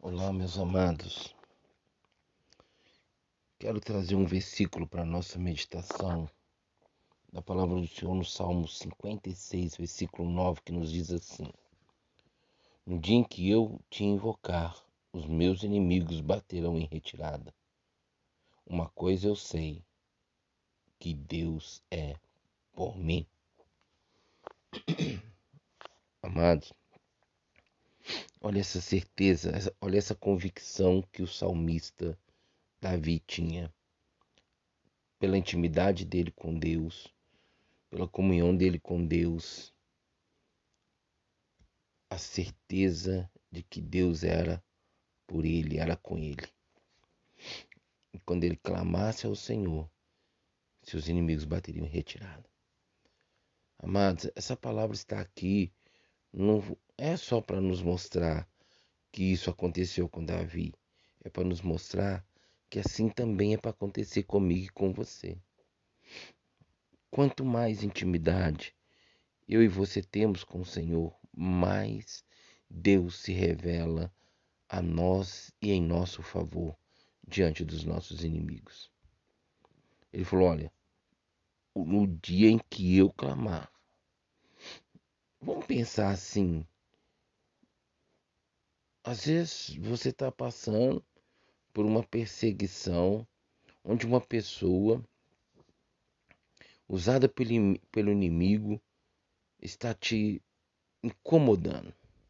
Olá, meus amados. Quero trazer um versículo para a nossa meditação da palavra do Senhor no Salmo 56, versículo 9, que nos diz assim: No dia em que eu te invocar, os meus inimigos baterão em retirada. Uma coisa eu sei, que Deus é por mim. Amados, olha essa certeza, olha essa convicção que o salmista Davi tinha pela intimidade dele com Deus, pela comunhão dele com Deus, a certeza de que Deus era por ele, era com ele. E quando ele clamasse ao Senhor, seus inimigos bateriam em retirada. Amados, essa palavra está aqui, não é só para nos mostrar que isso aconteceu com Davi, é para nos mostrar que assim também é para acontecer comigo e com você. Quanto mais intimidade eu e você temos com o Senhor, mais Deus se revela a nós e em nosso favor diante dos nossos inimigos. Ele falou: olha, no dia em que eu clamar, vamos pensar assim, às vezes você está passando por uma perseguição onde uma pessoa usada pelo inimigo está te incomodando.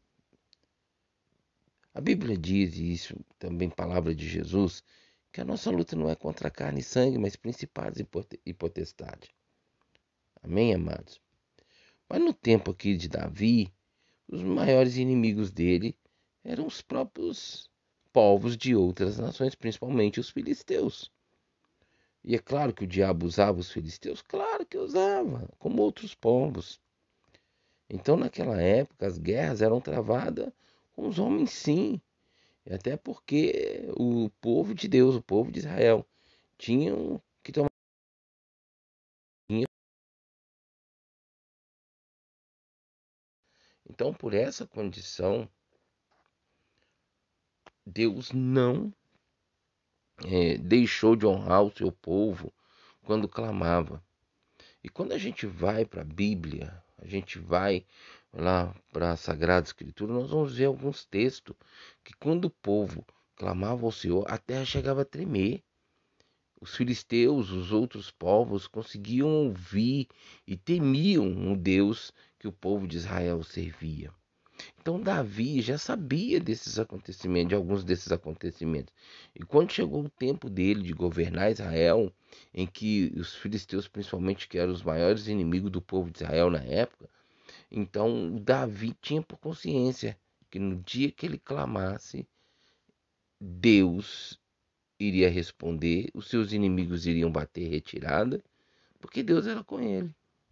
A Bíblia diz, e isso também palavra de Jesus, que a nossa luta não é contra carne e sangue, mas principados e potestade. Amém, amados? Mas no tempo aqui de Davi, os maiores inimigos dele eram os próprios povos de outras nações, principalmente os filisteus. E é claro que o diabo usava os filisteus? Claro que usava, como outros povos. Então, naquela época, as guerras eram travadas com os homens, sim. E até porque o povo de Deus, o povo de Israel, tinham que tomar. Então, por essa condição, Deus não deixou de honrar o seu povo quando clamava. E quando a gente vai para a Bíblia, a gente vai lá para a Sagrada Escritura, nós vamos ver alguns textos que quando o povo clamava ao Senhor, a terra chegava a tremer. Os filisteus, os outros povos, conseguiam ouvir e temiam o Deus que o povo de Israel servia. Então Davi já sabia desses acontecimentos, de alguns desses acontecimentos. E quando chegou o tempo dele de governar Israel, em que os filisteus, principalmente, que eram os maiores inimigos do povo de Israel na época, então Davi tinha por consciência que no dia que ele clamasse, Deus iria responder, os seus inimigos iriam bater retirada, porque Deus era com ele.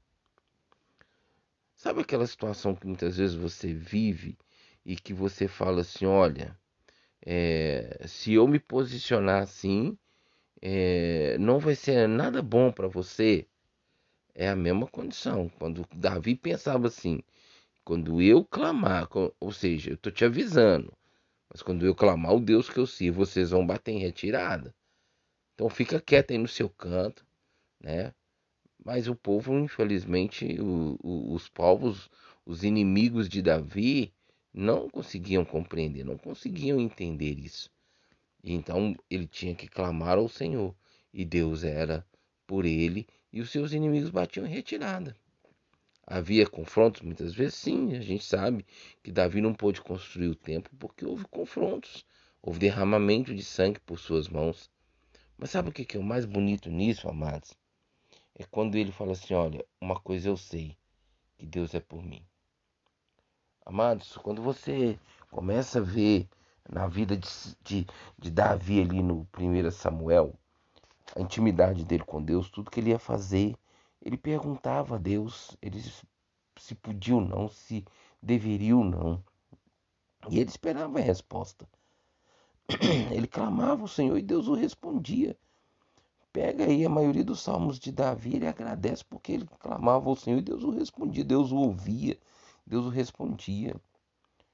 Sabe aquela situação que muitas vezes você vive e que você fala assim, olha, se eu me posicionar assim, não vai ser nada bom para você. É a mesma condição. Quando Davi pensava assim, quando eu clamar, ou seja, eu estou te avisando, mas quando eu clamar o Deus que eu sirvo, vocês vão bater em retirada. Então fica quieto aí no seu canto, né? Mas o povo, infelizmente, os povos, os inimigos de Davi, não conseguiam compreender, não conseguiam entender isso. Então ele tinha que clamar ao Senhor. E Deus era por ele e os seus inimigos batiam em retirada. Havia confrontos muitas vezes? Sim, a gente sabe que Davi não pôde construir o templo porque houve confrontos, houve derramamento de sangue por suas mãos. Mas sabe o que é o mais bonito nisso, amados? É quando ele fala assim: olha, uma coisa eu sei, que Deus é por mim. Amados, quando você começa a ver na vida de Davi ali no 1 Samuel, a intimidade dele com Deus, tudo que ele ia fazer, ele perguntava a Deus, ele se podia ou não, se deveria ou não. E ele esperava a resposta. Ele clamava ao Senhor e Deus o respondia. Pega aí a maioria dos salmos de Davi, ele agradece porque ele clamava ao Senhor e Deus o respondia, Deus o ouvia, Deus o respondia.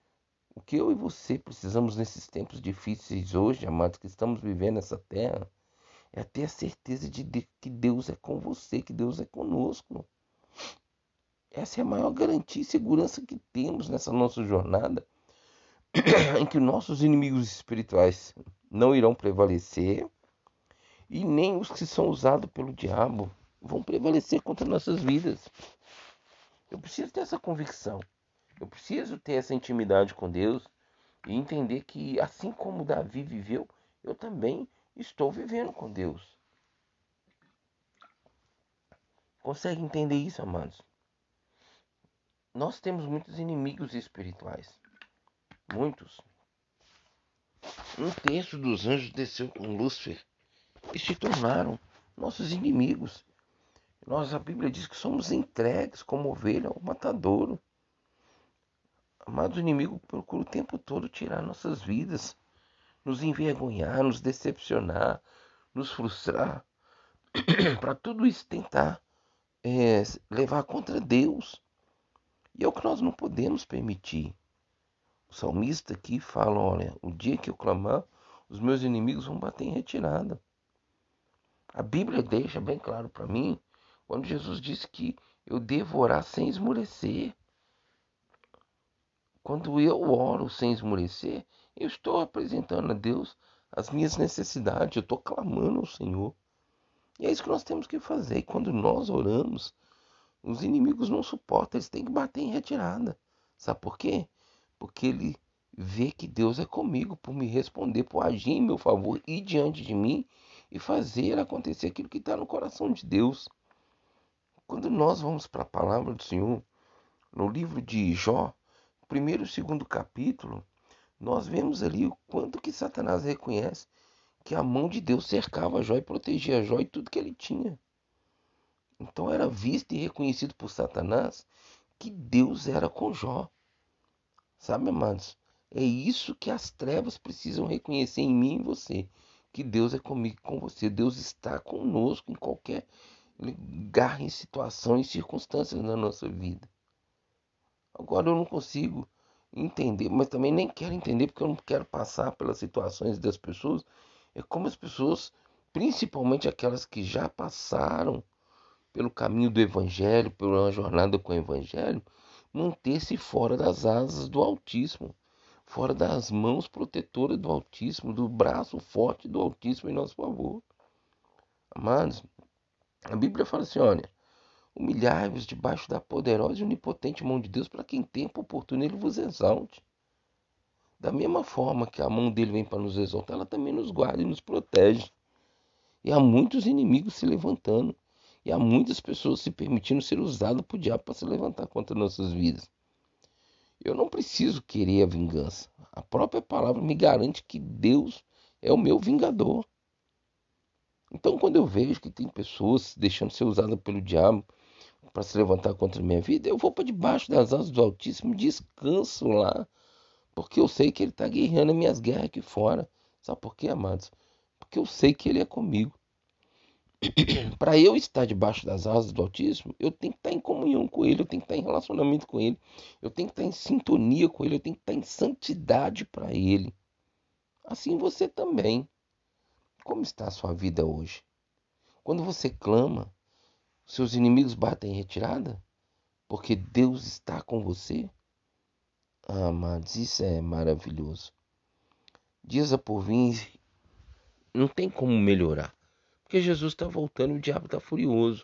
O que eu e você precisamos nesses tempos difíceis hoje, amados, que estamos vivendo nessa terra, é ter a certeza que Deus é com você, que Deus é conosco. Essa é a maior garantia e segurança que temos nessa nossa jornada, em que nossos inimigos espirituais não irão prevalecer e nem os que são usados pelo diabo vão prevalecer contra nossas vidas. Eu preciso ter essa convicção. Eu preciso ter essa intimidade com Deus e entender que, assim como Davi viveu, eu também estou vivendo com Deus. Consegue entender isso, amados? Nós temos muitos inimigos espirituais. Muitos. Um terço dos anjos desceu com Lúcifer e se tornaram nossos inimigos. A Bíblia diz que somos entregues como ovelha ao matadouro. Amados, o inimigo procura o tempo todo tirar nossas vidas, nos envergonhar, nos decepcionar, nos frustrar, para tudo isso tentar levar contra Deus. E é o que nós não podemos permitir. O salmista aqui fala, olha, o dia que eu clamar, os meus inimigos vão bater em retirada. A Bíblia deixa bem claro para mim, quando Jesus disse que eu devo orar sem esmorecer. Quando eu oro sem esmorecer, eu estou apresentando a Deus as minhas necessidades, eu estou clamando ao Senhor. E é isso que nós temos que fazer. E quando nós oramos, os inimigos não suportam, eles têm que bater em retirada. Sabe por quê? Porque ele vê que Deus é comigo, por me responder, por agir em meu favor, ir diante de mim e fazer acontecer aquilo que está no coração de Deus. Quando nós vamos para a palavra do Senhor, no livro de Jó, primeiro e segundo capítulo, nós vemos ali o quanto que Satanás reconhece que a mão de Deus cercava Jó e protegia Jó e tudo que ele tinha. Então era visto e reconhecido por Satanás que Deus era com Jó. Sabe, amados? É isso que as trevas precisam reconhecer em mim e em você. Que Deus é comigo e com você. Deus está conosco em qualquer lugar, em situação, em circunstâncias na nossa vida. Agora eu não consigo entender, mas também nem quero entender porque eu não quero passar pelas situações das pessoas. É como as pessoas, principalmente aquelas que já passaram pelo caminho do Evangelho, por uma jornada com o Evangelho, manter-se fora das asas do Altíssimo, fora das mãos protetoras do Altíssimo, do braço forte do Altíssimo em nosso favor. Amados, a Bíblia fala assim, olha, humilhai-vos debaixo da poderosa e onipotente mão de Deus, para que em tempo oportuno ele vos exalte. Da mesma forma que a mão dele vem para nos exaltar, ela também nos guarda e nos protege. E há muitos inimigos se levantando. E há muitas pessoas se permitindo ser usadas por diabo para se levantar contra nossas vidas. Eu não preciso querer a vingança. A própria palavra me garante que Deus é o meu vingador. Então, quando eu vejo que tem pessoas deixando ser usadas pelo diabo para se levantar contra a minha vida, eu vou para debaixo das asas do Altíssimo, descanso lá, porque eu sei que Ele está guerreando as minhas guerras aqui fora. Sabe por quê, amados? Porque eu sei que Ele é comigo. Para eu estar debaixo das asas do Altíssimo, eu tenho que estar em comunhão com Ele, eu tenho que estar em relacionamento com Ele, eu tenho que estar em sintonia com Ele, eu tenho que estar em santidade para Ele. Assim você também. Como está a sua vida hoje? Quando você clama, seus inimigos batem em retirada? Porque Deus está com você? Ah, amados, isso é maravilhoso. Dias a por vir, não tem como melhorar. Porque Jesus está voltando e o diabo está furioso.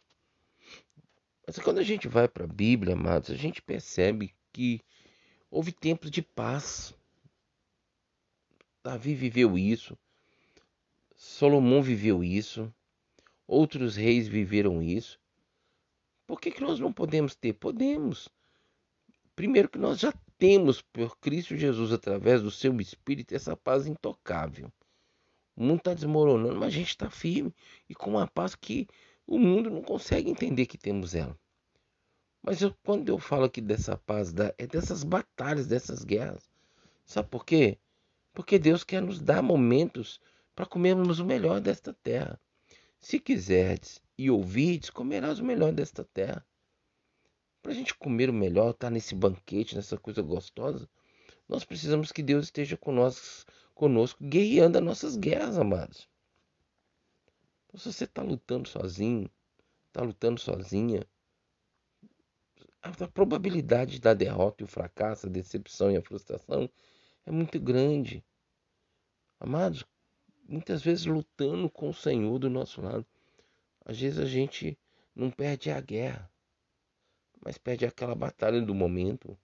Mas quando a gente vai para a Bíblia, amados, a gente percebe que houve tempos de paz. Davi viveu isso, Salomão viveu isso, outros reis viveram isso. Por que nós não podemos ter? Podemos. Primeiro que nós já temos por Cristo Jesus, através do seu Espírito, essa paz intocável. O mundo está desmoronando, mas a gente está firme e com uma paz que o mundo não consegue entender que temos ela. Mas quando eu falo aqui dessa paz, é dessas batalhas, dessas guerras. Sabe por quê? Porque Deus quer nos dar momentos para comermos o melhor desta terra. Se quiserdes e ouvirdes, comerás o melhor desta terra. Para a gente comer o melhor, estar nesse banquete, nessa coisa gostosa, Nós precisamos que Deus esteja conosco, guerreando as nossas guerras, amados. Então, se você está lutando sozinho, está lutando sozinha, a probabilidade da derrota e o fracasso, a decepção e a frustração é muito grande. Amados, muitas vezes lutando com o Senhor do nosso lado, às vezes a gente não perde a guerra, mas perde aquela batalha do momento,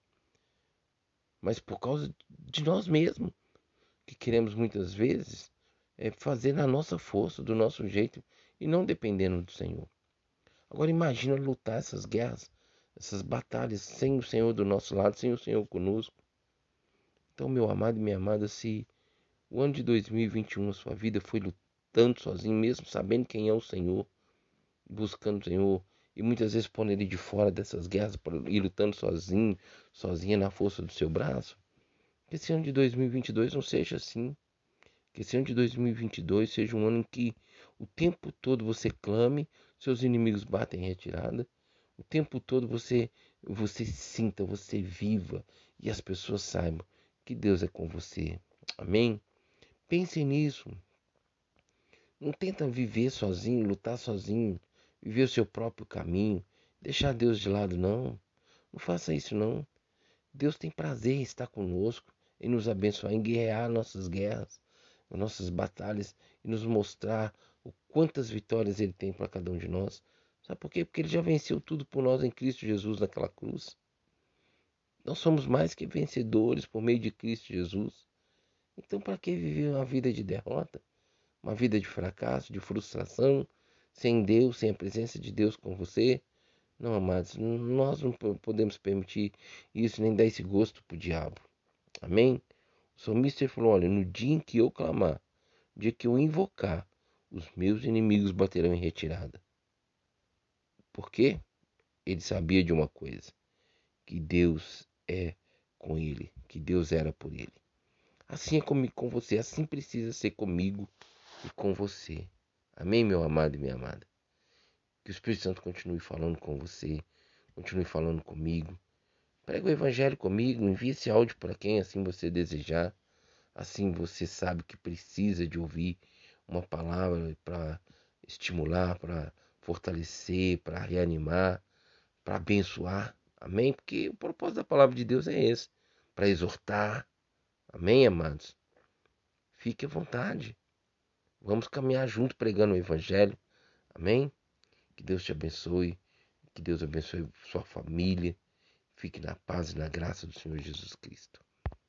mas por causa de nós mesmos, que queremos muitas vezes fazer na nossa força, do nosso jeito, e não dependendo do Senhor. Agora imagina lutar essas guerras, essas batalhas, sem o Senhor do nosso lado, sem o Senhor conosco. Então, meu amado e minha amada, se o ano de 2021 a sua vida foi lutando sozinho, mesmo sabendo quem é o Senhor, buscando o Senhor, e muitas vezes pondo ele de fora dessas guerras, e lutando sozinho, sozinha na força do seu braço, que esse ano de 2022 não seja assim. Que esse ano de 2022 seja um ano em que o tempo todo você clame, seus inimigos batem em retirada, o tempo todo você sinta, você viva e as pessoas saibam que Deus é com você. Amém? Pense nisso. Não tenta viver sozinho, lutar sozinho, viver o seu próprio caminho, deixar Deus de lado, não. Não faça isso, não. Deus tem prazer em estar conosco, em nos abençoar, em guerrear nossas guerras, nossas batalhas e nos mostrar o quantas vitórias Ele tem para cada um de nós. Sabe por quê? Porque Ele já venceu tudo por nós em Cristo Jesus naquela cruz. Nós somos mais que vencedores por meio de Cristo Jesus. Então, para que viver uma vida de derrota? Uma vida de fracasso, de frustração, sem Deus, sem a presença de Deus com você? Não, amados, nós não podemos permitir isso, nem dar esse gosto para o diabo. Amém? O salmista falou, olha, no dia em que eu clamar, no dia que eu invocar, os meus inimigos baterão em retirada. Por quê? Ele sabia de uma coisa, que Deus é com ele, que Deus era por ele. Assim é comigo, com você, assim precisa ser comigo e com você. Amém, meu amado e minha amada? Que o Espírito Santo continue falando com você, continue falando comigo. Prega o Evangelho comigo, envie esse áudio para quem assim você desejar. Assim você sabe que precisa de ouvir uma palavra para estimular, para fortalecer, para reanimar, para abençoar. Amém? Porque o propósito da palavra de Deus é esse, para exortar. Amém, amados? Fique à vontade. Vamos caminhar junto pregando o Evangelho. Amém? Que Deus te abençoe. Que Deus abençoe sua família. Fique na paz e na graça do Senhor Jesus Cristo.